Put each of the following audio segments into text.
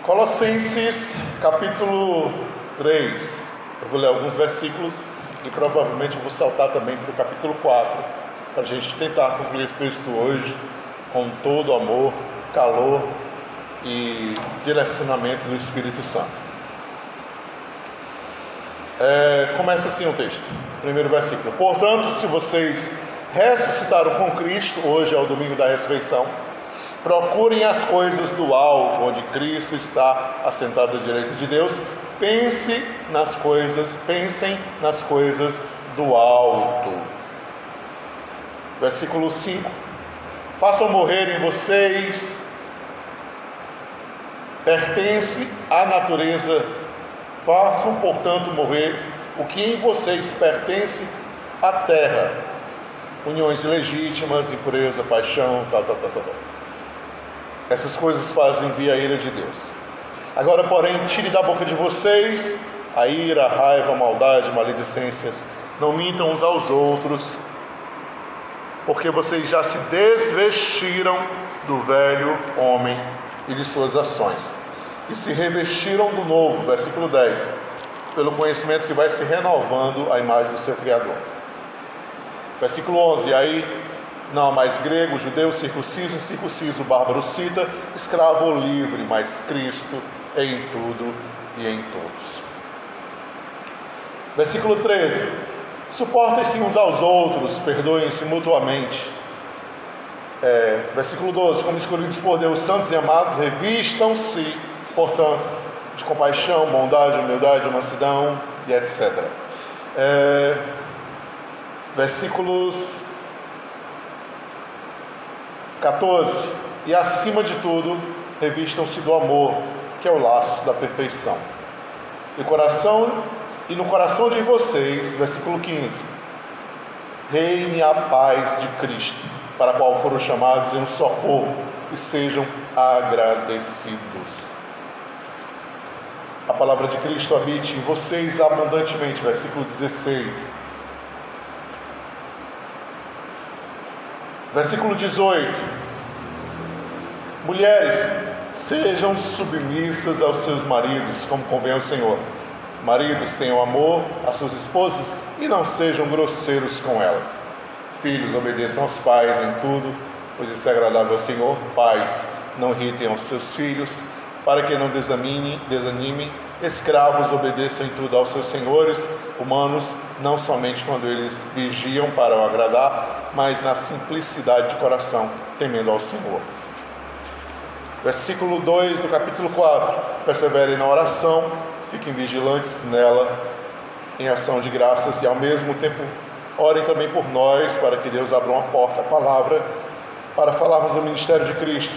Colossenses capítulo 3, eu vou ler alguns versículos e provavelmente eu vou saltar também para o capítulo 4, para a gente tentar concluir esse texto hoje com todo amor, calor e direcionamento do Espírito Santo. Começa assim o texto, primeiro versículo: portanto, se vocês ressuscitaram com Cristo, hoje é o domingo da ressurreição, procurem as coisas do alto, onde Cristo está assentado à direita de Deus. Pensem nas coisas do alto. Versículo 5: façam morrer em vocês, pertence à natureza, façam, portanto, morrer o que em vocês pertence à terra: uniões ilegítimas, impureza, paixão, tal. Essas coisas fazem vir a ira de Deus. Agora, porém, tire da boca de vocês a ira, a raiva, a maldade, maledicências. Não mintam uns aos outros, porque vocês já se desvestiram do velho homem e de suas ações, e se revestiram do novo, versículo 10, pelo conhecimento que vai se renovando a imagem do seu Criador. Versículo 11, aí não há mais grego, judeu, circunciso, incircunciso, bárbaro, cita, escravo ou livre, mas Cristo é em tudo e em todos. Versículo 13: suportem-se uns aos outros, perdoem-se mutuamente. Versículo 12: como escolhidos por Deus, santos e amados, revistam-se, portanto, de compaixão, bondade, humildade, mansidão e etc. Versículos 14: e acima de tudo, revistam-se do amor, que é o laço da perfeição. E no coração de vocês, versículo 15, reine a paz de Cristo, para a qual foram chamados em um só corpo, e sejam agradecidos. A palavra de Cristo habite em vocês abundantemente, versículo 16. Versículo 18: mulheres, sejam submissas aos seus maridos, como convém ao Senhor. Maridos, tenham amor às suas esposas e não sejam grosseiros com elas. Filhos, obedeçam aos pais em tudo, pois isso é agradável ao Senhor. Pais, não irritem aos seus filhos, para que não desanimem. Escravos, obedeçam em tudo aos seus senhores humanos, não somente quando eles vigiam para o agradar, mas na simplicidade de coração, temendo ao Senhor. Versículo 2 do capítulo 4: perseverem na oração, fiquem vigilantes nela, em ação de graças, e ao mesmo tempo orem também por nós, para que Deus abra uma porta, a palavra, para falarmos do ministério de Cristo.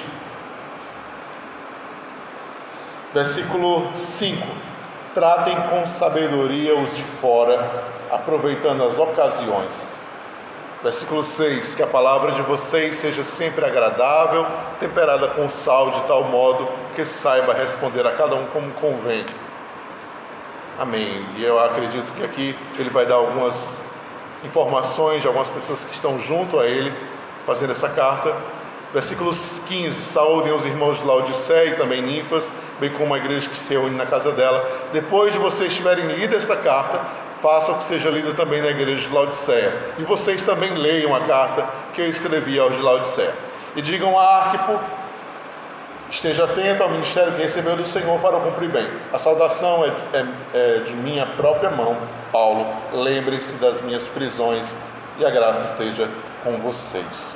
Versículo 5: tratem com sabedoria os de fora, aproveitando as ocasiões. Versículo 6: que a palavra de vocês seja sempre agradável, temperada com sal, de tal modo que saiba responder a cada um como convém. Amém. E eu acredito que aqui ele vai dar algumas informações de algumas pessoas que estão junto a ele, fazendo essa carta. Versículos 15: saúdem os irmãos de Laodiceia e também Ninfas, bem como a igreja que se reúne na casa dela. Depois de vocês tiverem lido esta carta, façam que seja lida também na igreja de Laodiceia. E vocês também leiam a carta que eu escrevi aos de Laodiceia. E digam a Arquipo: esteja atento ao ministério que recebeu do Senhor para o cumprir bem. A saudação é de minha própria mão, Paulo. Lembrem-se das minhas prisões e a graça esteja com vocês.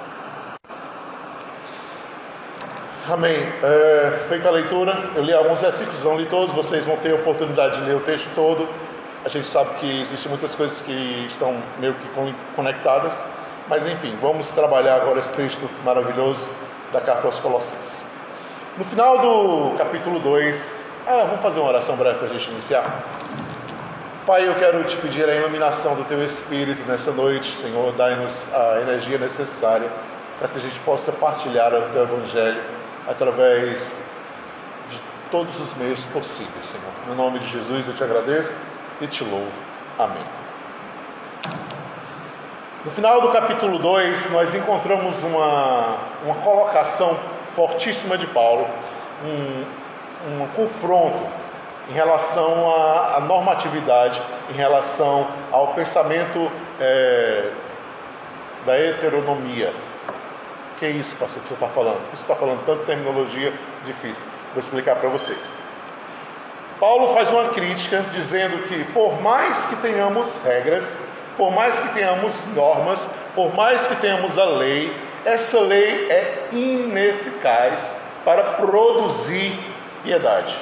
Amém. Feita a leitura, eu li alguns versículos, não li todos, vocês vão ter a oportunidade de ler o texto todo. A gente sabe que existem muitas coisas que estão meio que conectadas, mas enfim, vamos trabalhar agora esse texto maravilhoso da carta aos Colossenses. No final do capítulo 2, vamos fazer uma oração breve para a gente iniciar? Pai, eu quero te pedir a iluminação do Teu Espírito nessa noite, Senhor. Dai-nos a energia necessária para que a gente possa partilhar o Teu Evangelho através de todos os meios possíveis, Senhor. No nome de Jesus eu te agradeço e te louvo. Amém. No final do capítulo 2, nós encontramos uma colocação fortíssima de Paulo, um confronto em relação à normatividade, em relação ao pensamento da heteronomia. Que é isso, pastor, que você está falando? Você está falando tanta terminologia difícil. Vou explicar para vocês. Paulo faz uma crítica dizendo que por mais que tenhamos regras, por mais que tenhamos normas, por mais que tenhamos a lei, essa lei é ineficaz para produzir piedade.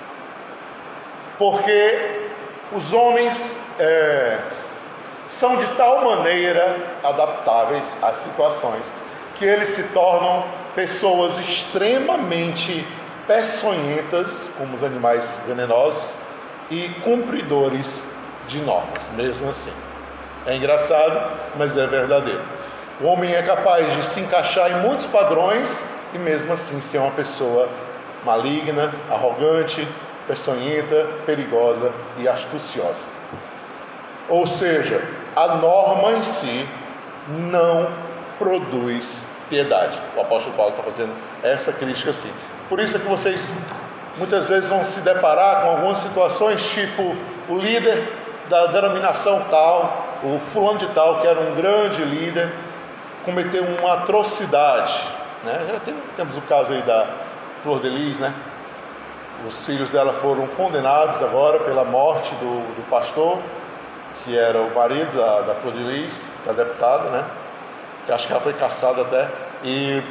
Porque os homens são de tal maneira adaptáveis às situações que eles se tornam pessoas extremamente peçonhentas, como os animais venenosos, e cumpridores de normas, mesmo assim. É engraçado, mas é verdadeiro. O homem é capaz de se encaixar em muitos padrões e mesmo assim ser uma pessoa maligna, arrogante, peçonhenta, perigosa e astuciosa. Ou seja, a norma em si não produz piedade. O apóstolo Paulo está fazendo essa crítica assim. Por isso é que vocês muitas vezes vão se deparar com algumas situações, tipo o líder da denominação tal, o fulano de tal, que era um grande líder, cometeu uma atrocidade, né? Já temos o caso aí da Flor de Lis, né? Os filhos dela foram condenados agora pela morte do pastor, que era o marido da Flor de Lis, da deputada, né? Que acho que ela foi caçada até, e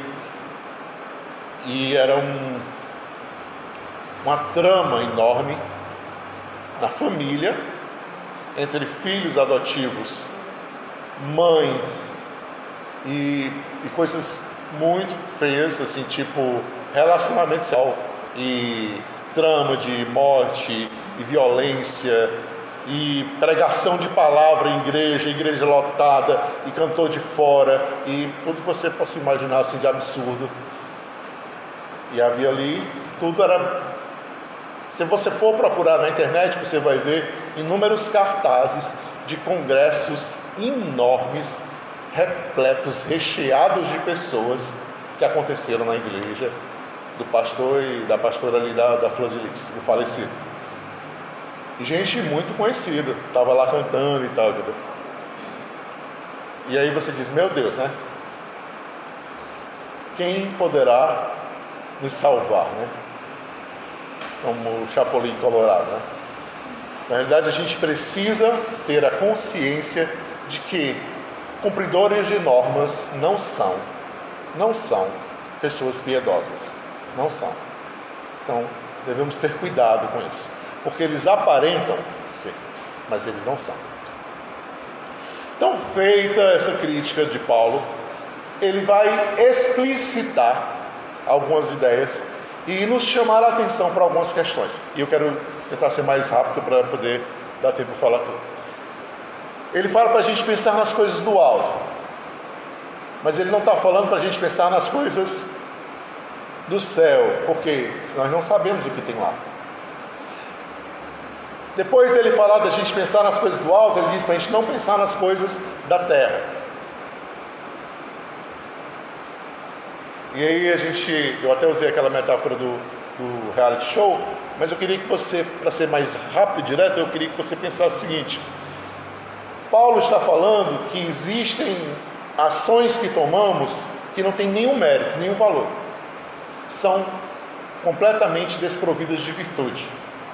era uma trama enorme na família, entre filhos adotivos, mãe e coisas muito feias, assim, tipo relacionamento sexual e trama de morte e violência e pregação de palavra em igreja lotada e cantor de fora e tudo que você possa imaginar assim de absurdo. E havia ali, tudo era... Se você for procurar na internet, você vai ver inúmeros cartazes de congressos enormes, repletos, recheados de pessoas que aconteceram na igreja do pastor e da pastora ali da Flor de Lis, do falecido. E gente muito conhecida, estava lá cantando e tal, entendeu? E aí você diz, meu Deus, né? Quem poderá nos salvar, né? Como o Chapolin Colorado, né? Na realidade, a gente precisa ter a consciência de que cumpridores de normas não são pessoas piedosas. Não são. Então, devemos ter cuidado com isso. Porque eles aparentam ser, mas eles não são. Então, feita essa crítica de Paulo, ele vai explicitar algumas ideias e nos chamar a atenção para algumas questões. E eu quero tentar ser mais rápido para poder dar tempo de falar tudo. Ele fala para a gente pensar nas coisas do alto, mas ele não está falando para a gente pensar nas coisas do céu, porque nós não sabemos o que tem lá. Depois dele falar da gente pensar nas coisas do alto, ele diz para a gente não pensar nas coisas da terra. E aí eu até usei aquela metáfora do reality show, mas eu queria que você, para ser mais rápido e direto, eu queria que você pensasse o seguinte: Paulo está falando que existem ações que tomamos que não tem nenhum mérito, nenhum valor, são completamente desprovidas de virtude.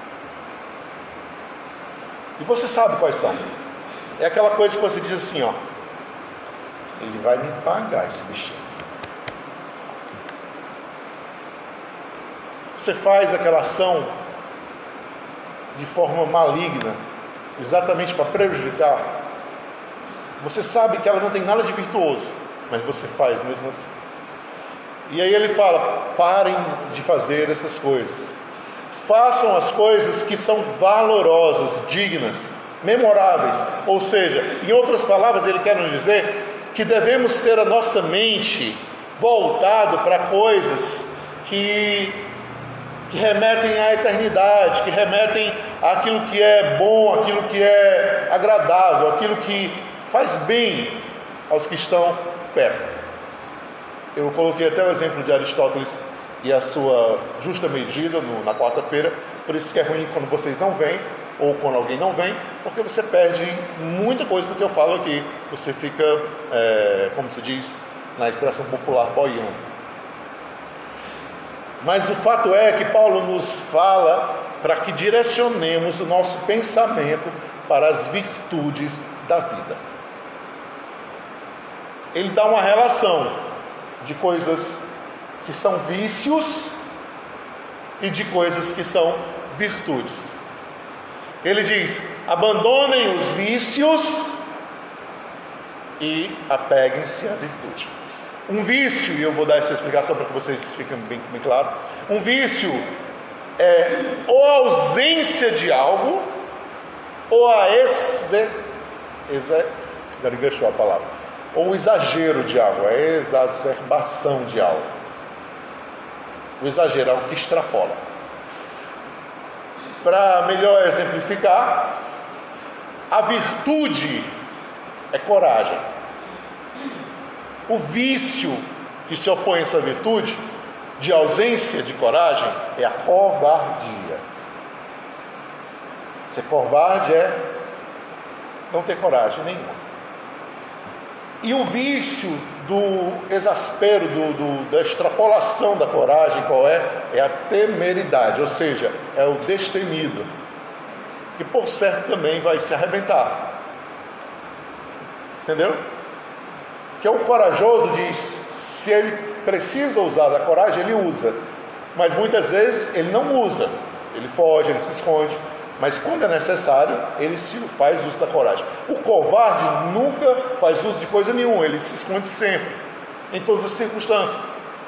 E você sabe quais são. É aquela coisa que você diz assim, ó, ele vai me pagar esse bichinho. Você faz aquela ação de forma maligna, exatamente para prejudicar. Você sabe que ela não tem nada de virtuoso, mas você faz mesmo assim. E aí ele fala, parem de fazer essas coisas. Façam as coisas que são valorosas, dignas, memoráveis. Ou seja, em outras palavras, ele quer nos dizer que devemos ter a nossa mente voltado para coisas que remetem à eternidade, que remetem àquilo que é bom, àquilo que é agradável, àquilo que faz bem aos que estão perto. Eu coloquei até o exemplo de Aristóteles e a sua justa medida na quarta-feira. Por isso que é ruim quando vocês não vêm, ou quando alguém não vem, porque você perde muita coisa do que eu falo aqui. Você fica, como se diz na expressão popular, boiando. Mas o fato é que Paulo nos fala para que direcionemos o nosso pensamento para as virtudes da vida. Ele dá uma relação de coisas que são vícios e de coisas que são virtudes. Ele diz: abandonem os vícios e apeguem-se à virtude. Um vício, e eu vou dar essa explicação para que vocês fiquem bem claro. Um vício é ou a ausência de algo, ou a a palavra, ou o exagero de algo, a exacerbação de algo. O exagero é algo que extrapola. Para melhor exemplificar, a virtude é coragem. O vício que se opõe a essa virtude, de ausência de coragem, é a covardia. Ser covarde é não ter coragem nenhuma. E o vício do exaspero, da extrapolação da coragem, qual é? É a temeridade, ou seja, é o destemido, que por certo também vai se arrebentar. Entendeu? Que o corajoso diz, se ele precisa usar da coragem, ele usa. Mas muitas vezes ele não usa. Ele foge, ele se esconde. Mas quando é necessário, ele faz uso da coragem. O covarde nunca faz uso de coisa nenhuma. Ele se esconde sempre, em todas as circunstâncias.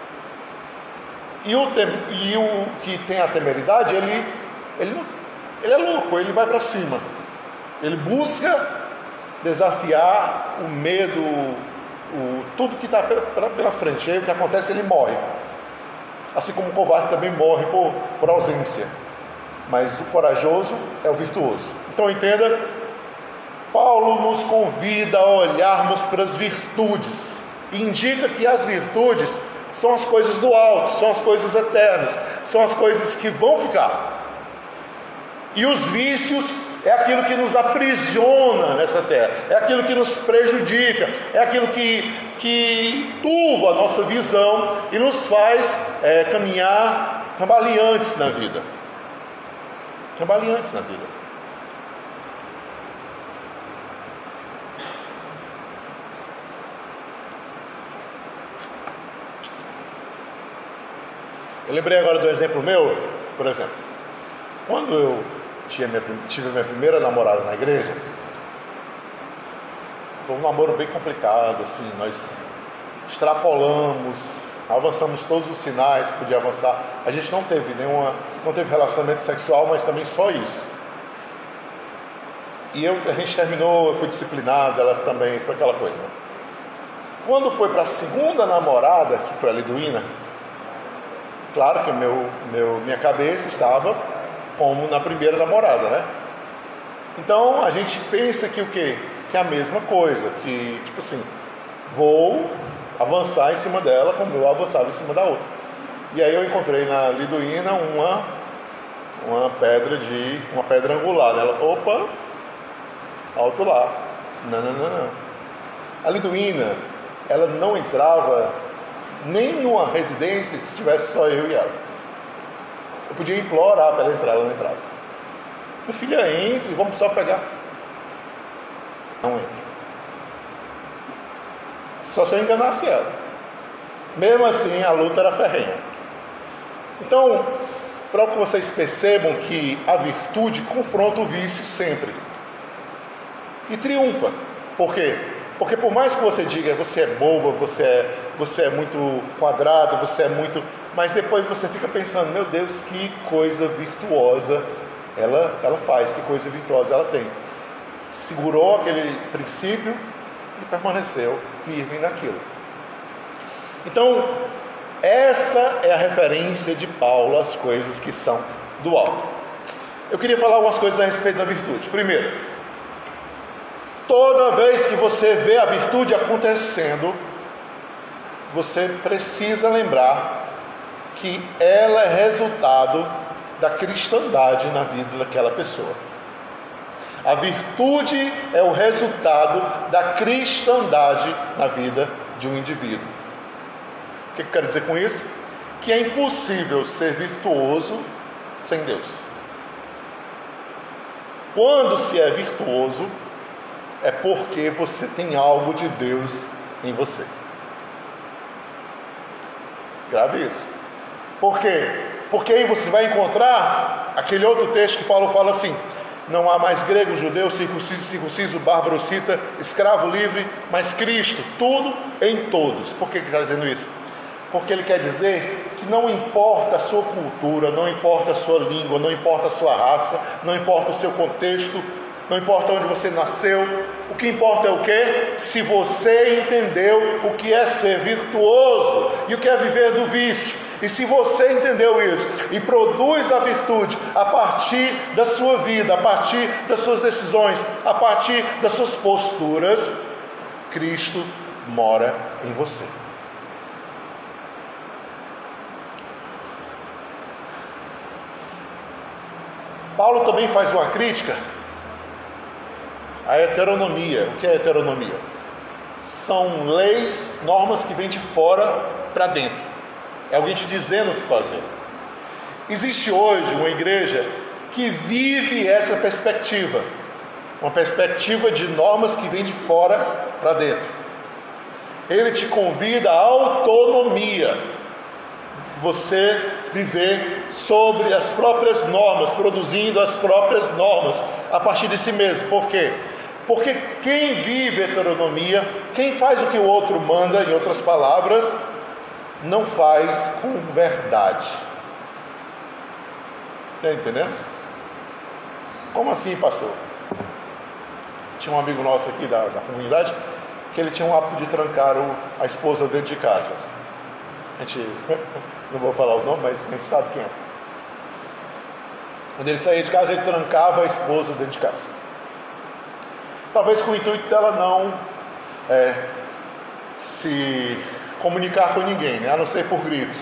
E o que tem a temeridade, ele é louco, ele vai para cima. Ele busca desafiar o medo, tudo que está pela frente. Aí o que acontece, ele morre. Assim como o covarde também morre por ausência. Mas o corajoso é o virtuoso. Então entenda, Paulo nos convida a olharmos para as virtudes. E indica que as virtudes são as coisas do alto, são as coisas eternas, são as coisas que vão ficar. E os vícios é aquilo que nos aprisiona nessa terra, é aquilo que nos prejudica, é aquilo que turva a nossa visão e nos faz caminhar cambaleantes na vida. Cambaleantes na vida. Eu lembrei agora do exemplo meu, por exemplo. Quando eu tive minha primeira namorada na igreja, foi um namoro bem complicado, assim, nós extrapolamos, avançamos todos os sinais que podia avançar. A gente não teve relacionamento sexual, mas também só isso. E a gente terminou, eu fui disciplinado, ela também, foi aquela coisa, né? Quando foi para a segunda namorada, que foi a Liduína, claro que minha cabeça estava como na primeira namorada, né? Então a gente pensa que o quê? Que é a mesma coisa, que tipo assim, vou avançar em cima dela como eu avançava em cima da outra. E aí eu encontrei na Liduína uma pedra angular, né? Ela, opa, alto lá. Não. A Liduína, ela não entrava nem numa residência se tivesse só eu e ela. Eu podia implorar para ela entrar, ela não entrava. Meu filho, entre, vamos só pegar. Não entra. Só se eu enganasse ela. Mesmo assim, a luta era ferrenha. Então, para que vocês percebam que a virtude confronta o vício sempre. E triunfa. Por quê? Porque por mais que você diga, você é boba, você é muito quadrado, você é muito... Mas depois você fica pensando, meu Deus, que coisa virtuosa ela faz, que coisa virtuosa ela tem. Segurou aquele princípio e permaneceu firme naquilo. Então, essa é a referência de Paulo às coisas que são do alto. Eu queria falar algumas coisas a respeito da virtude. Primeiro, toda vez que você vê a virtude acontecendo, você precisa lembrar que ela é resultado da cristandade na vida daquela pessoa. A virtude é o resultado da cristandade na vida de um indivíduo. O que eu quero dizer com isso? Que é impossível ser virtuoso sem Deus. Quando se é virtuoso, é porque você tem algo de Deus em você. Grave isso. Por quê? Porque aí você vai encontrar aquele outro texto que Paulo fala assim: não há mais grego, judeu, circunciso, circunciso, bárbaro, cita, escravo, livre, mas Cristo, tudo em todos. Por que ele está dizendo isso? Porque ele quer dizer que não importa a sua cultura, não importa a sua língua, não importa a sua raça, não importa o seu contexto, não importa onde você nasceu, o que importa é o quê? Se você entendeu o que é ser virtuoso e o que é viver do vício. E se você entendeu isso e produz a virtude a partir da sua vida, a partir das suas decisões, a partir das suas posturas, Cristo mora em você. Paulo também faz uma crítica à heteronomia. O que é heteronomia? São leis, normas que vêm de fora para dentro. É alguém te dizendo o que fazer. Existe hoje uma igreja que vive essa perspectiva. Uma perspectiva de normas que vêm de fora para dentro. Ele te convida à autonomia. Você viver sobre as próprias normas, produzindo as próprias normas a partir de si mesmo. Por quê? Porque quem vive heteronomia, quem faz o que o outro manda, em outras palavras, não faz com verdade. Está entendendo? Como assim, pastor? Tinha um amigo nosso aqui da comunidade que ele tinha um hábito de trancar a esposa dentro de casa. A gente, não vou falar o nome, mas a gente sabe quem é. Quando ele saía de casa, ele trancava a esposa dentro de casa. Talvez com o intuito dela não se comunicar com ninguém, né? A não ser por gritos.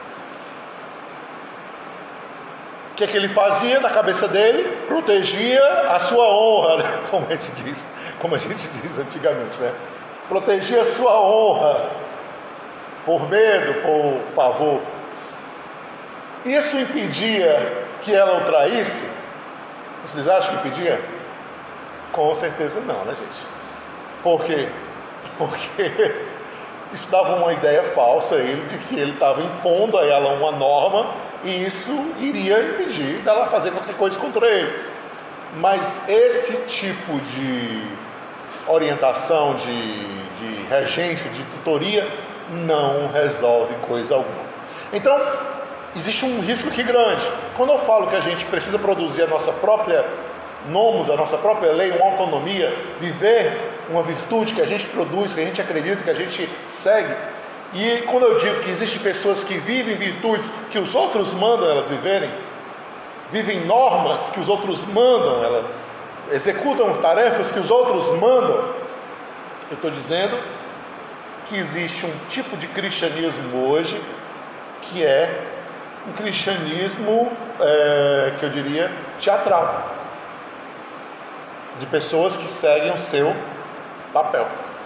O que é que ele fazia na cabeça dele? Protegia a sua honra, né? como a gente diz antigamente, né? Protegia a sua honra, por medo, por pavor. Isso impedia que ela o traísse? Vocês acham que impedia? Com certeza não, né, gente? Por quê? Porque isso dava uma ideia falsa a ele de que ele estava impondo a ela uma norma e isso iria impedir dela fazer qualquer coisa contra ele. Mas esse tipo de orientação, de regência, de tutoria, não resolve coisa alguma. Então, existe um risco aqui grande. Quando eu falo que a gente precisa produzir a nossa própria nomos, a nossa própria lei, uma autonomia, viver uma virtude que a gente produz, que a gente acredita, que a gente segue. E quando eu digo que existem pessoas que vivem virtudes que os outros mandam elas viverem, vivem normas que os outros mandam, elas executam tarefas que os outros mandam, eu estou dizendo que existe um tipo de cristianismo hoje que é um cristianismo que eu diria teatral, de pessoas que seguem o seu papel.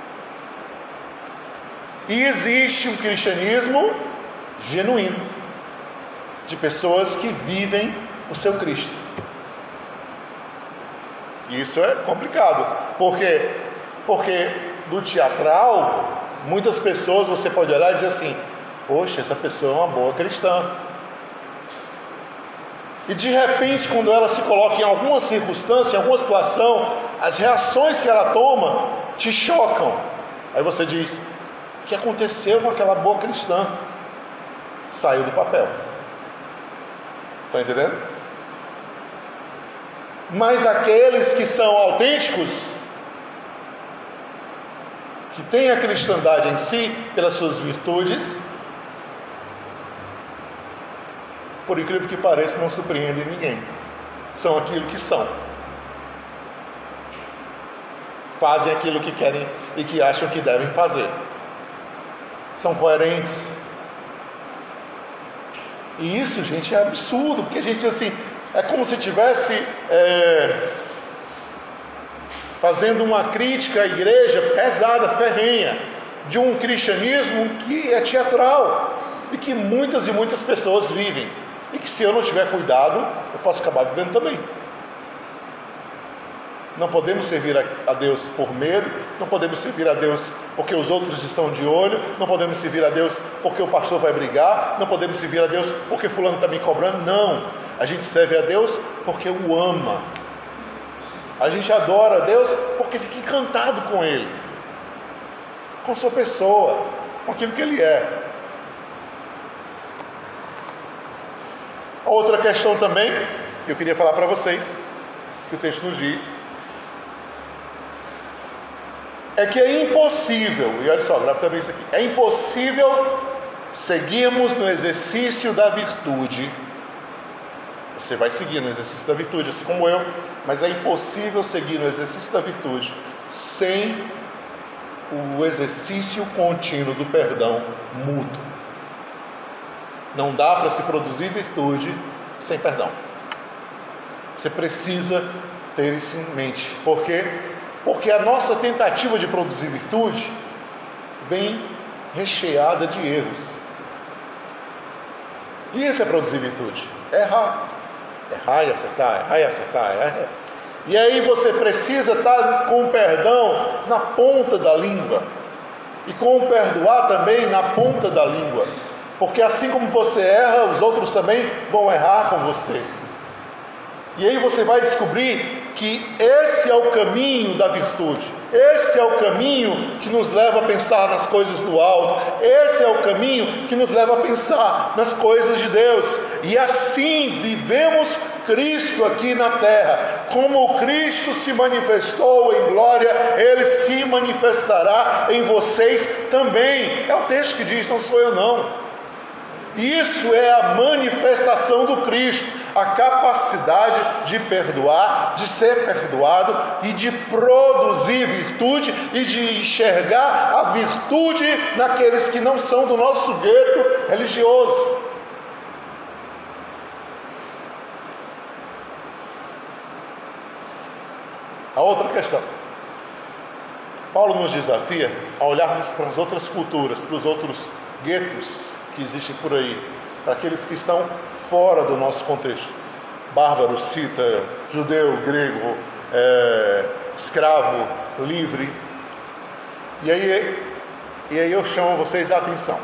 E existe um cristianismo genuíno, de pessoas que vivem o seu Cristo. E isso é complicado. Por quê? Porque do teatral, muitas pessoas você pode olhar e dizer assim: poxa, essa pessoa é uma boa cristã. E de repente, quando ela se coloca em alguma circunstância, em alguma situação, as reações que ela toma te chocam. Aí você diz: o que aconteceu com aquela boa cristã? Saiu do papel. Está entendendo? Mas aqueles que são autênticos, que têm a cristandade em si, pelas suas virtudes, por incrível que pareça, não surpreendem ninguém. São aquilo que são. Fazem aquilo que querem e que acham que devem fazer. São coerentes. E isso, gente, é absurdo, porque a gente, assim, é como se tivesse fazendo uma crítica à igreja pesada, ferrenha, de um cristianismo que é teatral e que muitas e muitas pessoas vivem, e que se eu não tiver cuidado, eu posso acabar vivendo também. Não podemos servir a Deus por medo, não podemos servir a Deus porque os outros estão de olho, não podemos servir a Deus porque o pastor vai brigar, não podemos servir a Deus porque fulano está me cobrando. Não, a gente serve a Deus porque o ama. A gente adora a Deus porque fica encantado com Ele, com sua pessoa, com aquilo que Ele é. Outra questão também que eu queria falar para vocês, que o texto nos diz, é que é impossível, e olha só, grava também isso aqui, é impossível seguirmos no exercício da virtude. Você vai seguir no exercício da virtude, assim como eu, mas é impossível seguir no exercício da virtude sem o exercício contínuo do perdão mútuo. Não dá para se produzir virtude sem perdão. Você precisa ter isso em mente. Por quê? Porque a nossa tentativa de produzir virtude vem recheada de erros. E isso é produzir virtude? É errar. Errar e acertar, errar e acertar, errar. E aí você precisa estar com o perdão na ponta da língua. E com o perdoar também na ponta da língua. Porque assim como você erra, os outros também vão errar com você. E aí você vai descobrir que esse é o caminho da virtude. Esse é o caminho que nos leva a pensar nas coisas do alto. Esse é o caminho que nos leva a pensar nas coisas de Deus. E assim vivemos Cristo aqui na terra. Como Cristo se manifestou em glória, Ele se manifestará em vocês também. É o texto que diz, não sou eu não. Isso é a manifestação do Cristo, a capacidade de perdoar, de ser perdoado e de produzir virtude e de enxergar a virtude naqueles que não são do nosso gueto religioso. A outra questão. Paulo nos desafia a olharmos para as outras culturas, para os outros guetos que existem por aí, para aqueles que estão fora do nosso contexto. Bárbaro, cita, judeu, grego, escravo, livre. E aí eu chamo vocês a atenção.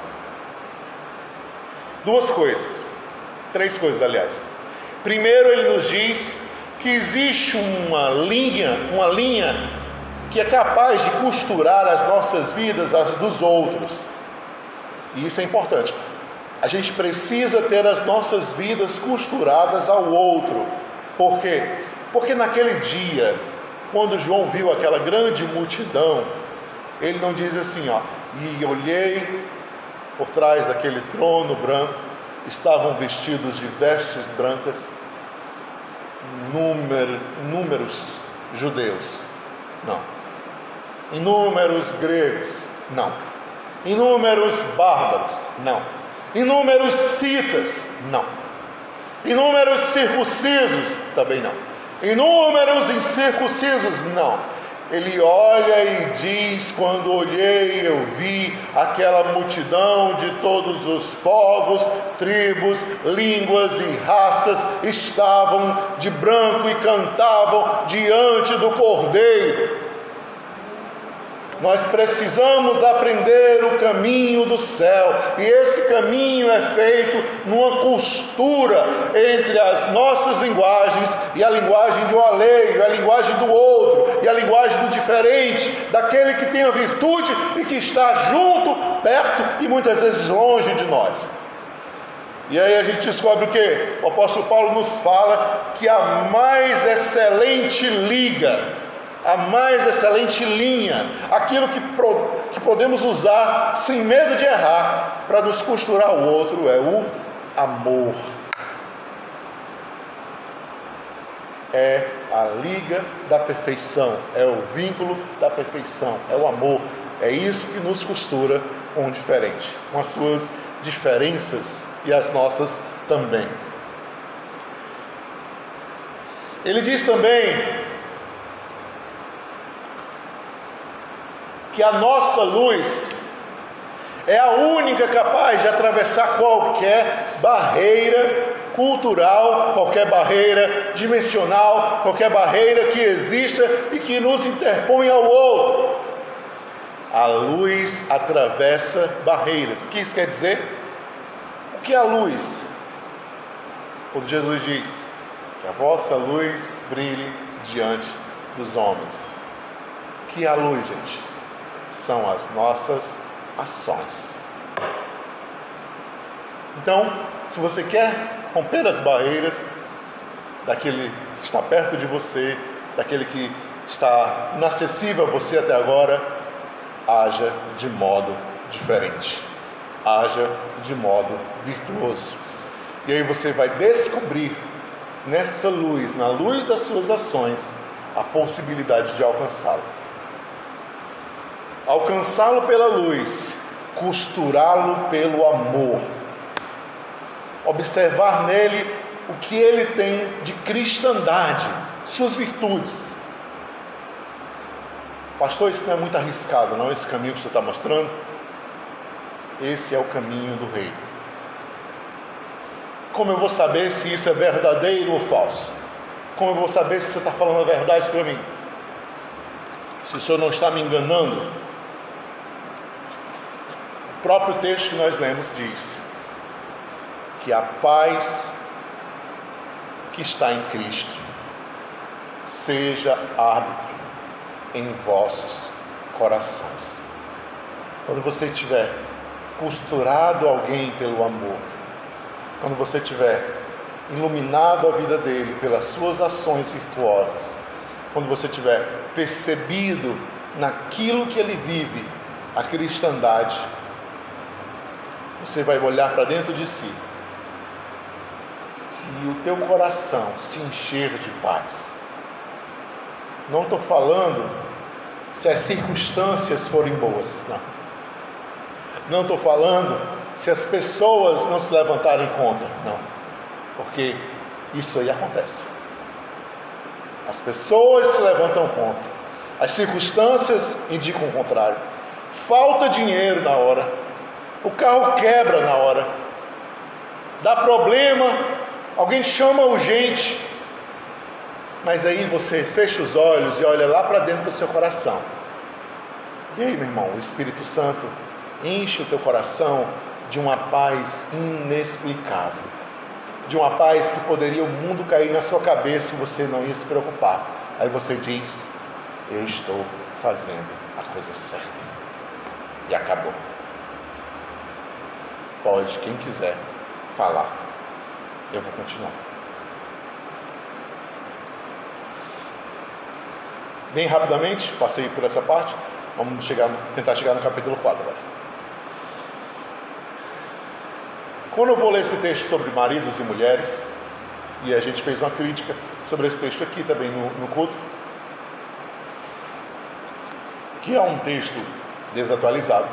Três coisas, aliás. Primeiro, ele nos diz que existe uma linha que é capaz de costurar as nossas vidas às dos outros. E isso é importante. A gente precisa ter as nossas vidas costuradas ao outro. Por quê? Porque naquele dia, quando João viu aquela grande multidão, ele não diz assim, e olhei por trás daquele trono branco, estavam vestidos de vestes brancas, inúmeros judeus. Não. Inúmeros gregos. Não. Inúmeros bárbaros, não. Inúmeros citas, não. Inúmeros circuncisos, também não. Inúmeros incircuncisos, não. Ele olha e diz, quando olhei, eu vi aquela multidão de todos os povos, tribos, línguas e raças, estavam de branco e cantavam diante do Cordeiro. Nós precisamos aprender o caminho do céu, e esse caminho é feito numa costura entre as nossas linguagens e a linguagem do alheio, a linguagem do outro e a linguagem do diferente, daquele que tem a virtude e que está junto, perto e muitas vezes longe de nós. E aí a gente descobre o que? O apóstolo Paulo nos fala que a mais excelente liga, a mais excelente linha, aquilo que podemos usar sem medo de errar para nos costurar o outro, é o amor. É a liga da perfeição, é o vínculo da perfeição, é o amor. É isso que nos costura com o diferente, com as suas diferenças e as nossas também. Ele diz também que a nossa luz é a única capaz de atravessar qualquer barreira cultural, qualquer barreira dimensional, qualquer barreira que exista e que nos interpõe ao outro. A luz atravessa barreiras. O que isso quer dizer? O que é a luz? Quando Jesus diz que a vossa luz brilhe diante dos homens. O que é a luz, gente? São as nossas ações. Então, se você quer romper as barreiras daquele que está perto de você, daquele que está inacessível a você até agora, haja de modo diferente, haja de modo virtuoso. E aí você vai descobrir nessa luz, na luz das suas ações, a possibilidade de alcançá-lo. Alcançá-lo pela luz, costurá-lo pelo amor, observar nele o que ele tem de cristandade, suas virtudes. Pastor, isso não é muito arriscado, não? Esse caminho que você está mostrando? Esse é o caminho do rei. Como eu vou saber se isso é verdadeiro ou falso? Como eu vou saber se o senhor está falando a verdade para mim? Se o senhor não está me enganando? O próprio texto que nós lemos diz que a paz que está em Cristo seja árbitro em vossos corações. Quando você tiver costurado alguém pelo amor, quando você tiver iluminado a vida dele pelas suas ações virtuosas, quando você tiver percebido naquilo que ele vive a cristandade, você vai olhar para dentro de si. Se o teu coração se encher de paz, não estou falando se as circunstâncias forem boas, não estou falando se as pessoas não se levantarem contra, não, porque isso aí acontece. As pessoas se levantam contra, as circunstâncias indicam o contrário. Falta dinheiro na hora, o carro quebra na hora, dá problema, alguém chama urgente, mas aí você fecha os olhos e olha lá para dentro do seu coração. E aí, meu irmão, o Espírito Santo enche o teu coração de uma paz inexplicável, de uma paz que poderia o mundo cair na sua cabeça e você não ia se preocupar. Aí você diz: eu estou fazendo a coisa certa. E acabou. Pode, quem quiser, falar. Eu vou continuar. Bem rapidamente, passei por essa parte. Vamos tentar chegar no capítulo 4 agora. Quando eu vou ler esse texto sobre maridos e mulheres, e a gente fez uma crítica sobre esse texto aqui também no culto, que é um texto desatualizado.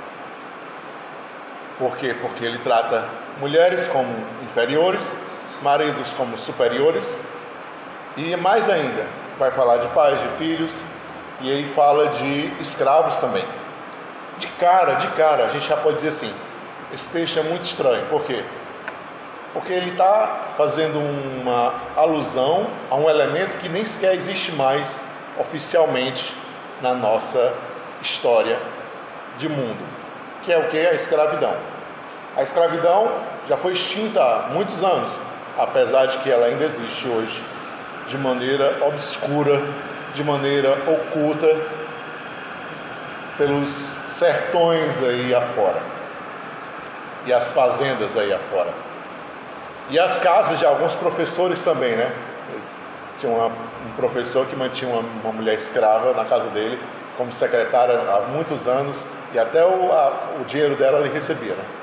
Por quê? Porque ele trata mulheres como inferiores, maridos como superiores, e mais ainda, vai falar de pais, de filhos, e aí fala de escravos também. De cara, a gente já pode dizer assim, esse texto é muito estranho. Por quê? Porque ele está fazendo uma alusão a um elemento que nem sequer existe mais oficialmente na nossa história de mundo, que é o que? A escravidão. A escravidão já foi extinta há muitos anos, apesar de que ela ainda existe hoje, de maneira obscura, de maneira oculta, pelos sertões aí afora, e as fazendas aí afora, e as casas de alguns professores também, né? Tinha um professor que mantinha uma mulher escrava na casa dele, como secretária há muitos anos, e até o dinheiro dela ele recebia, né?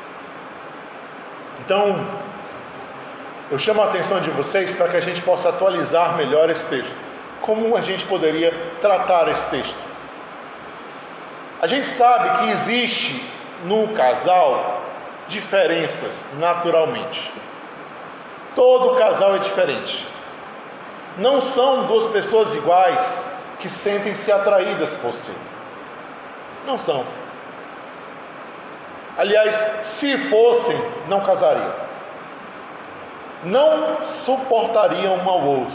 Então, eu chamo a atenção de vocês para que a gente possa atualizar melhor esse texto. Como a gente poderia tratar esse texto? A gente sabe que existe no casal diferenças naturalmente. Todo casal é diferente. Não são duas pessoas iguais que sentem-se atraídas por si. Não são. Aliás, se fossem, não casariam. Não suportariam um ao outro.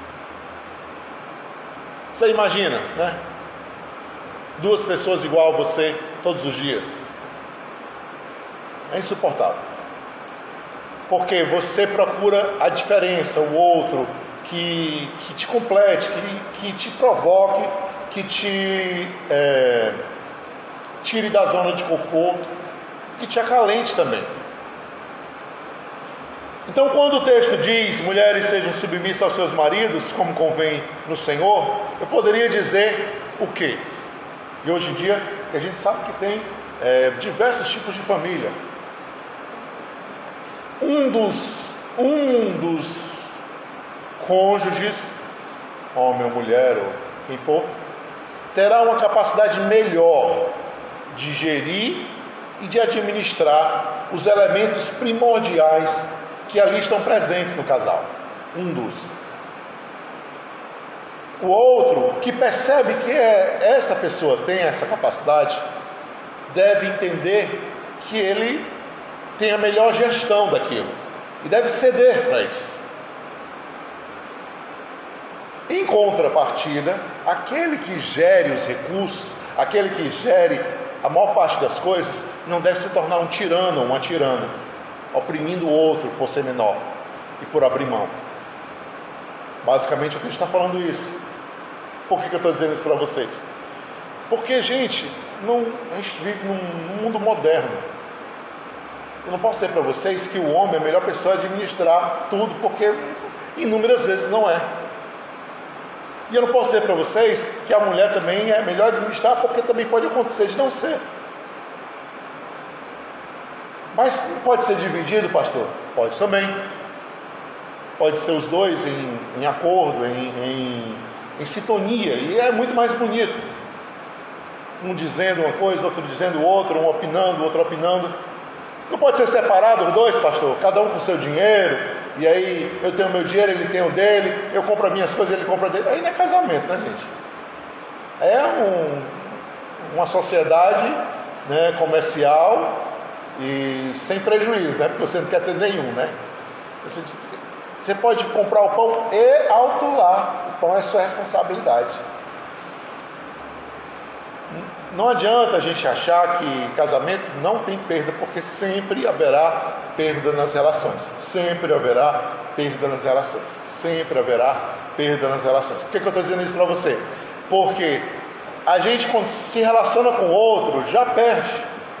Você imagina, né? Duas pessoas igual a você todos os dias. É insuportável. Porque você procura a diferença, o outro, que te complete, que te provoque, que te tire da zona de conforto, que te acalente também. Então, quando o texto diz, mulheres sejam submissas aos seus maridos, como convém no Senhor, eu poderia dizer o quê? E hoje em dia, que a gente sabe que tem diversos tipos de família. Um dos cônjuges, homem ou mulher, ou quem for, terá uma capacidade melhor de gerir e de administrar os elementos primordiais que ali estão presentes no casal. Um dos. O outro, que percebe que essa pessoa tem essa capacidade, deve entender que ele tem a melhor gestão daquilo e deve ceder para isso. Em contrapartida, aquele que gere os recursos, aquele que gere a maior parte das coisas, não deve se tornar um tirano ou uma tirana, oprimindo o outro por ser menor e por abrir mão. Basicamente o que a gente está falando isso. Por que eu estou dizendo isso para vocês? Porque, gente, a gente vive num mundo moderno. Eu não posso dizer para vocês que o homem é a melhor pessoa a administrar tudo, porque inúmeras vezes não é. E eu não posso dizer para vocês que a mulher também é melhor administrar, porque também pode acontecer de não ser. Mas pode ser dividido, pastor? Pode também. Pode ser os dois em acordo, em sintonia, e é muito mais bonito. Um dizendo uma coisa, outro dizendo outra, um opinando, outro opinando. Não pode ser separado os dois, pastor? Cada um com o seu dinheiro, e aí eu tenho o meu dinheiro, ele tem o dele, eu compro as minhas coisas, ele compra dele. Aí não é casamento, né, gente? É uma sociedade, né, comercial e sem prejuízo, né? Porque você não quer ter nenhum, né? Você pode comprar o pão e autular. O pão é sua responsabilidade. Não adianta a gente achar que casamento não tem perda, porque sempre haverá perda nas relações. Sempre haverá perda nas relações. Sempre haverá perda nas relações. Por que eu estou dizendo isso para você? Porque a gente, quando se relaciona com o outro, já perde.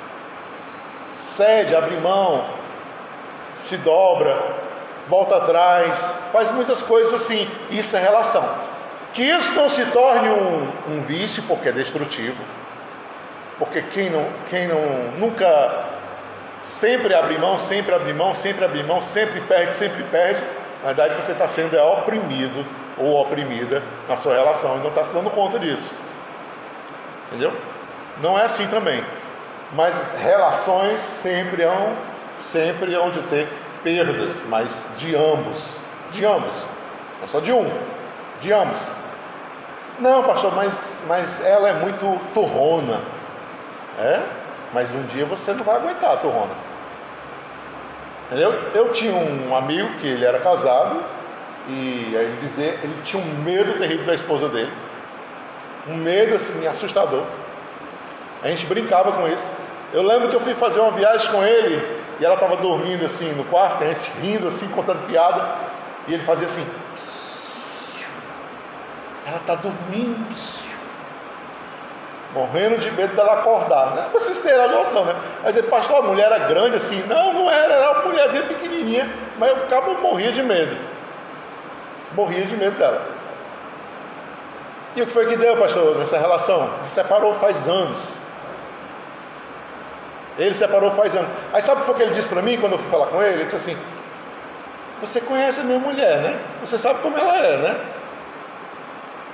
Cede, abre mão, se dobra, volta atrás, faz muitas coisas assim. Isso é relação. Que isso não se torne um vício, porque é destrutivo. Porque quem nunca sempre abre mão, sempre abre mão, sempre abre mão, sempre perde, na verdade você está sendo oprimido ou oprimida na sua relação e não está se dando conta disso. Entendeu? Não é assim também. Mas relações sempre hão de ter perdas, mas de ambos, não só de um, de ambos. Não, pastor, mas ela é muito turrona. Mas um dia você não vai aguentar a turrona. Entendeu? Eu tinha um amigo que ele era casado e aí ele tinha um medo terrível da esposa dele, um medo assim assustador. A gente brincava com isso. Eu lembro que eu fui fazer uma viagem com ele e ela estava dormindo assim no quarto, a gente rindo assim, contando piada, e ele fazia assim: ela está dormindo, morrendo de medo dela acordar, né? Pra vocês terem a noção, né? Aí dizer, pastor, a mulher era grande assim? Não era uma mulherzinha pequenininha, mas o cabo morria de medo dela. E o que foi que deu, pastor, nessa relação? Ele separou faz anos. Aí sabe o que foi que ele disse para mim quando eu fui falar com ele? Ele disse assim: você conhece a minha mulher, né? Você sabe como ela é, né?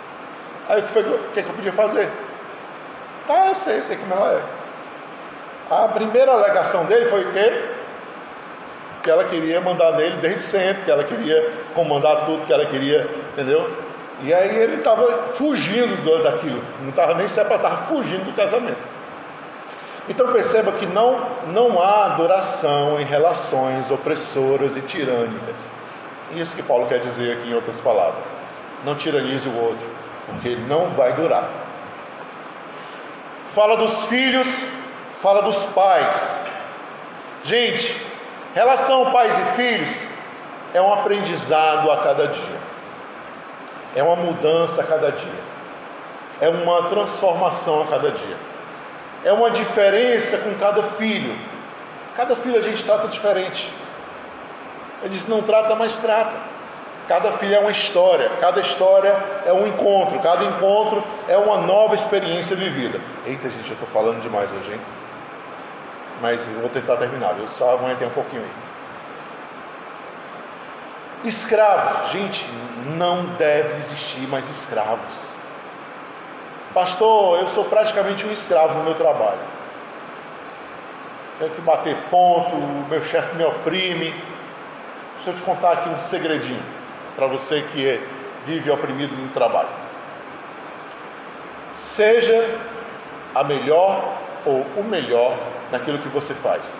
Aí o que eu podia fazer? Tá, eu sei como ela é. A primeira alegação dele foi o quê? Que ela queria mandar nele desde sempre, que ela queria comandar tudo, que ela queria, entendeu? E aí ele estava fugindo daquilo, não estava nem separado, estava fugindo do casamento. Então perceba que não há adoração em relações opressoras e tirânicas. Isso que Paulo quer dizer aqui em outras palavras. Não tiranize o outro, porque ele não vai durar. Fala dos filhos, fala dos pais. Gente, relação pais e filhos é um aprendizado a cada dia. É uma mudança a cada dia. É uma transformação a cada dia. É uma diferença com cada filho. Cada filho a gente trata diferente. Ele diz, não trata, mas trata. Cada filho é uma história. Cada história é um encontro. Cada encontro é uma nova experiência vivida. Eita, gente, eu estou falando demais hoje, hein? Mas eu vou tentar terminar, viu? Só aguentem um pouquinho aí. Escravos. Gente, não deve existir mais escravos. Pastor, eu sou praticamente um escravo no meu trabalho. Tenho que bater ponto, o meu chefe me oprime. Deixa eu te contar aqui um segredinho para você que vive oprimido no trabalho. Seja a melhor ou o melhor naquilo que você faz.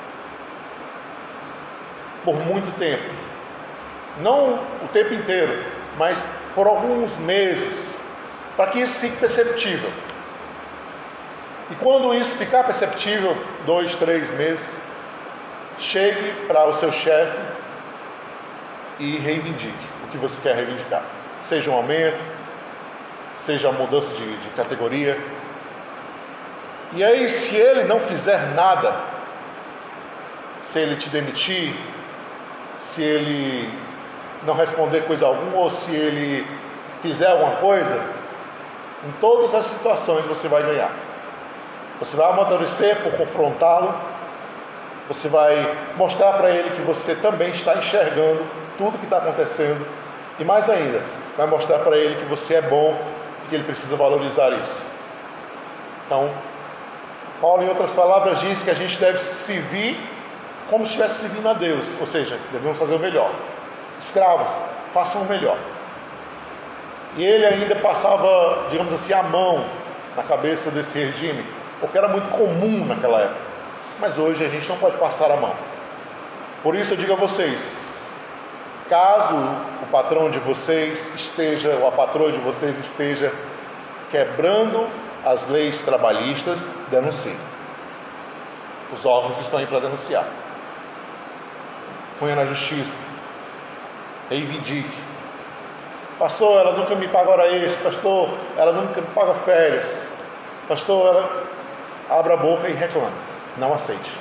Por muito tempo. Não o tempo inteiro, mas por alguns meses. Para que isso fique perceptível. E quando isso ficar perceptível, 2, 3 meses, chegue para o seu chefe e reivindique o que você quer reivindicar. Seja um aumento, seja uma mudança de categoria. E aí, se ele não fizer nada, se ele te demitir, se ele não responder coisa alguma, ou se ele fizer alguma coisa, em todas as situações você vai ganhar. Você vai amadurecer por confrontá-lo. Você vai mostrar para ele que você também está enxergando tudo que está acontecendo. E mais ainda, vai mostrar para ele que você é bom e que ele precisa valorizar isso. Então, Paulo, em outras palavras, diz que a gente deve servir como se estivesse servindo a Deus. Ou seja, devemos fazer o melhor. Escravos, façam o melhor. E ele ainda passava, digamos assim, a mão na cabeça desse regime, porque era muito comum naquela época. Mas hoje a gente não pode passar a mão. Por isso eu digo a vocês, caso o patrão de vocês esteja, ou a patroa de vocês esteja quebrando as leis trabalhistas, denuncie. Os órgãos estão aí para denunciar. Ponha na justiça. Reivindique. Pastor, ela nunca me paga hora extra. Pastor, ela nunca me paga férias. Pastor, ela abre a boca e reclama. Não aceite.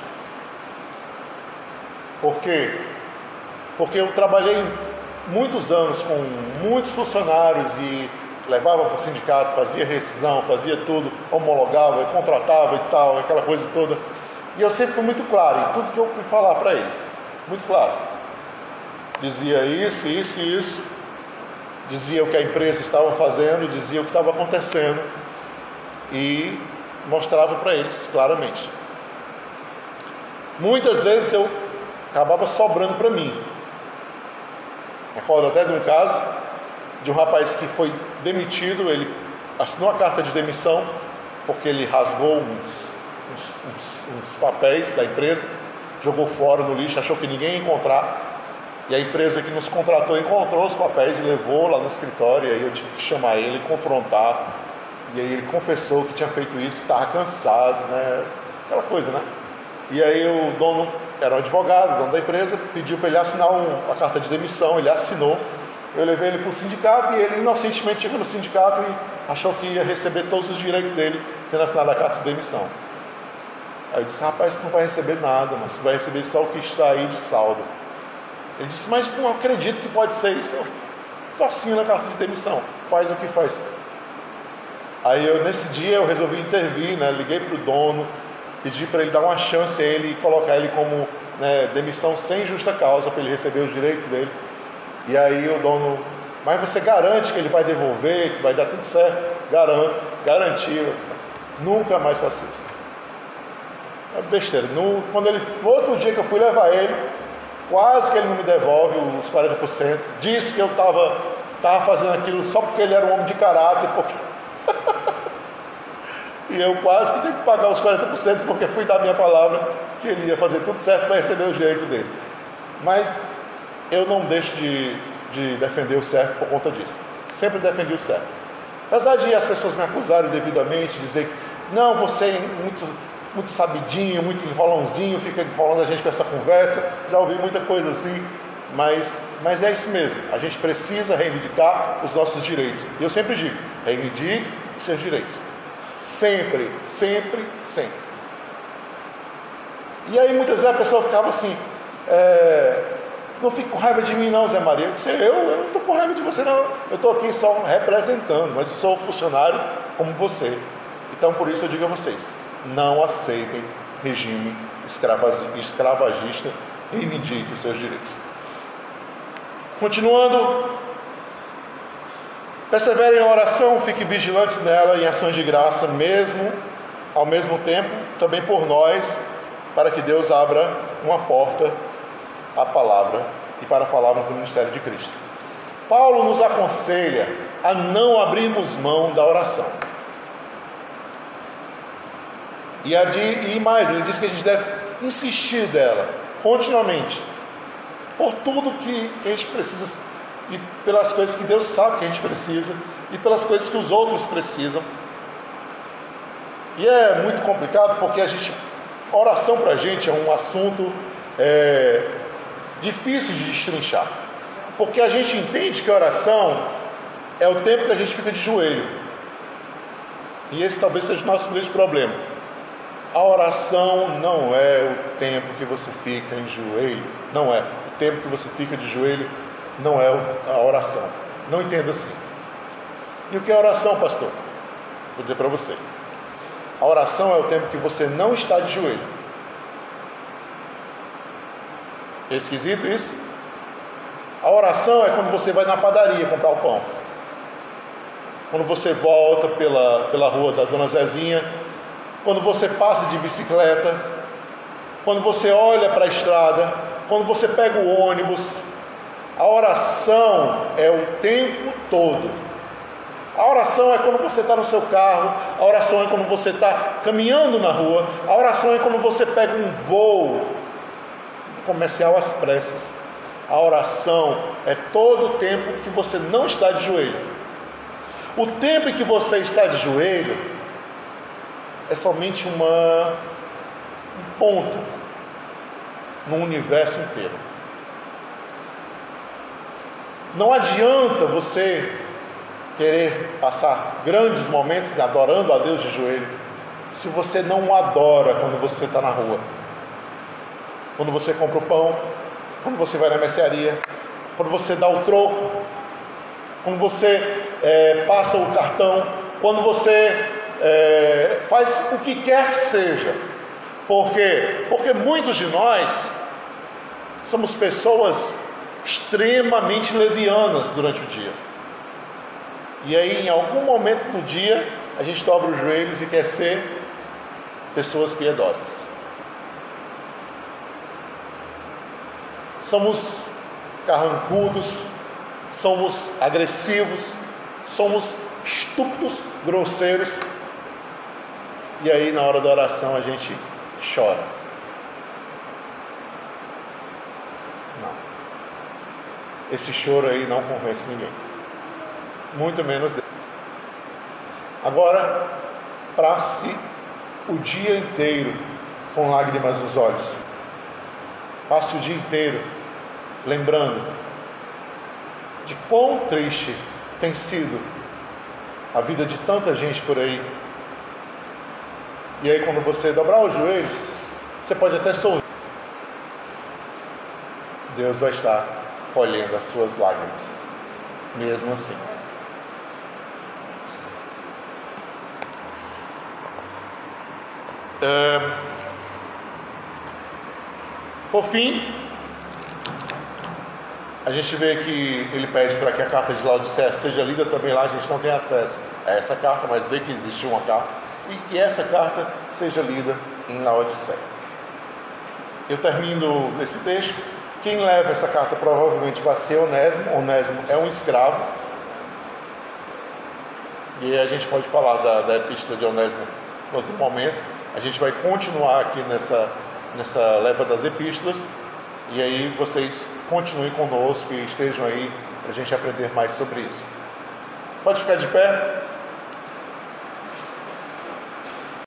Por quê? Porque eu trabalhei muitos anos com muitos funcionários e levava para o sindicato, fazia rescisão, fazia tudo, homologava, contratava e tal, aquela coisa toda. E eu sempre fui muito claro em tudo que eu fui falar para eles. Muito claro. Dizia isso, isso e isso. Dizia o que a empresa estava fazendo, dizia o que estava acontecendo e mostrava para eles claramente. Muitas vezes eu acabava sobrando para mim. Recordo até de um caso de um rapaz que foi demitido. Ele assinou a carta de demissão porque ele rasgou uns papéis da empresa, jogou fora no lixo, achou que ninguém ia encontrar. E a empresa que nos contratou encontrou os papéis e levou lá no escritório. E aí eu tive que chamar ele, confrontar. E aí ele confessou que tinha feito isso, que estava cansado, né? Aquela coisa, né? E aí o dono era um advogado, o dono da empresa, pediu para ele assinar a carta de demissão. Ele assinou. Eu levei ele para o sindicato e ele inocentemente chegou no sindicato e achou que ia receber todos os direitos dele, tendo assinado a carta de demissão. Aí eu disse, rapaz, você não vai receber nada, mas você vai receber só o que está aí de saldo. Ele disse, mas não acredito que pode ser isso. Eu estou assinando a carta de demissão, faz o que faz. Aí nesse dia eu resolvi intervir, né? Liguei para o dono, pedi para ele dar uma chance a ele e colocar ele como, né, demissão sem justa causa, para ele receber os direitos dele. E aí o dono, mas você garante que ele vai devolver, que vai dar tudo certo? Garanto, garantia. Nunca mais faço isso. É besteira. No outro dia que eu fui levar ele, quase que ele não me devolve os 40%. Disse que eu estava fazendo aquilo só porque ele era um homem de caráter, porque... e eu quase que tenho que pagar os 40% porque fui dar minha palavra que ele ia fazer tudo certo para receber o direito dele. Mas eu não deixo de defender o certo por conta disso. Sempre defendi o certo. Apesar de as pessoas me acusarem devidamente, dizer que não, você é muito sabidinho, muito enrolãozinho, fica enrolando a gente com essa conversa. Já ouvi muita coisa assim, mas é isso mesmo. A gente precisa reivindicar os nossos direitos. E eu sempre digo, reivindique os seus direitos. Sempre, sempre, sempre. E aí muitas vezes a pessoa ficava assim, não fique com raiva de mim não, Zé Maria. Eu disse, eu não estou com raiva de você não. Eu estou aqui só representando, mas eu sou funcionário como você. Então por isso eu digo a vocês, não aceitem regime escravagista e reivindiquem os seus direitos. Continuando, perseverem em oração, fiquem vigilantes nela em ações de graça, ao mesmo tempo, também por nós, para que Deus abra uma porta à palavra e para falarmos do ministério de Cristo. Paulo nos aconselha a não abrirmos mão da oração. E mais, ele diz que a gente deve insistir dela continuamente, por tudo que a gente precisa, e pelas coisas que Deus sabe que a gente precisa, e pelas coisas que os outros precisam. E é muito complicado porque oração para a gente é um assunto difícil de destrinchar, porque a gente entende que a oração é o tempo que a gente fica de joelho, e esse talvez seja o nosso grande problema. A oração não é o tempo que você fica em joelho, não é. O tempo que você fica de joelho não é a oração. Não entenda assim. E o que é oração, pastor? Vou dizer para você. A oração é o tempo que você não está de joelho. É esquisito isso? A oração é quando você vai na padaria comprar o pão. Quando você volta pela rua da Dona Zezinha, quando você passa de bicicleta, quando você olha para a estrada, quando você pega o ônibus. A oração é o tempo todo. A oração é quando você está no seu carro, a oração é quando você está caminhando na rua, a oração é quando você pega um voo comercial às pressas. A oração é todo o tempo que você não está de joelho. O tempo em que você está de joelho é somente um ponto no universo inteiro. Não adianta você querer passar grandes momentos adorando a Deus de joelho, se você não o adora quando você está na rua, quando você compra o pão, quando você vai na mercearia, quando você dá o troco, quando você passa o cartão, quando você faz o que quer que seja. Por quê? Porque muitos de nós somos pessoas extremamente levianas durante o dia. E aí, em algum momento do dia, a gente dobra os joelhos e quer ser pessoas piedosas. Somos carrancudos, somos agressivos, somos estúpidos, grosseiros. E aí, na hora da oração, a gente chora. Não. Esse choro aí não convence ninguém. Muito menos Deus. Agora, passe o dia inteiro com lágrimas nos olhos. Passe o dia inteiro lembrando de quão triste tem sido a vida de tanta gente por aí. E aí, quando você dobrar os joelhos, você pode até sorrir. Deus vai estar colhendo as suas lágrimas, mesmo assim. Por fim, a gente vê que ele pede para que a carta de Laodiceia seja lida também lá. A gente não tem acesso a essa carta, mas vê que existe uma carta, e que essa carta seja lida em Laodiceia. Eu termino esse texto. Quem leva essa carta provavelmente vai ser Onésimo. Onésimo é um escravo. E a gente pode falar da epístola de Onésimo em outro momento. A gente vai continuar aqui nessa leva das epístolas. E aí vocês continuem conosco e estejam aí para a gente aprender mais sobre isso. Pode ficar de pé.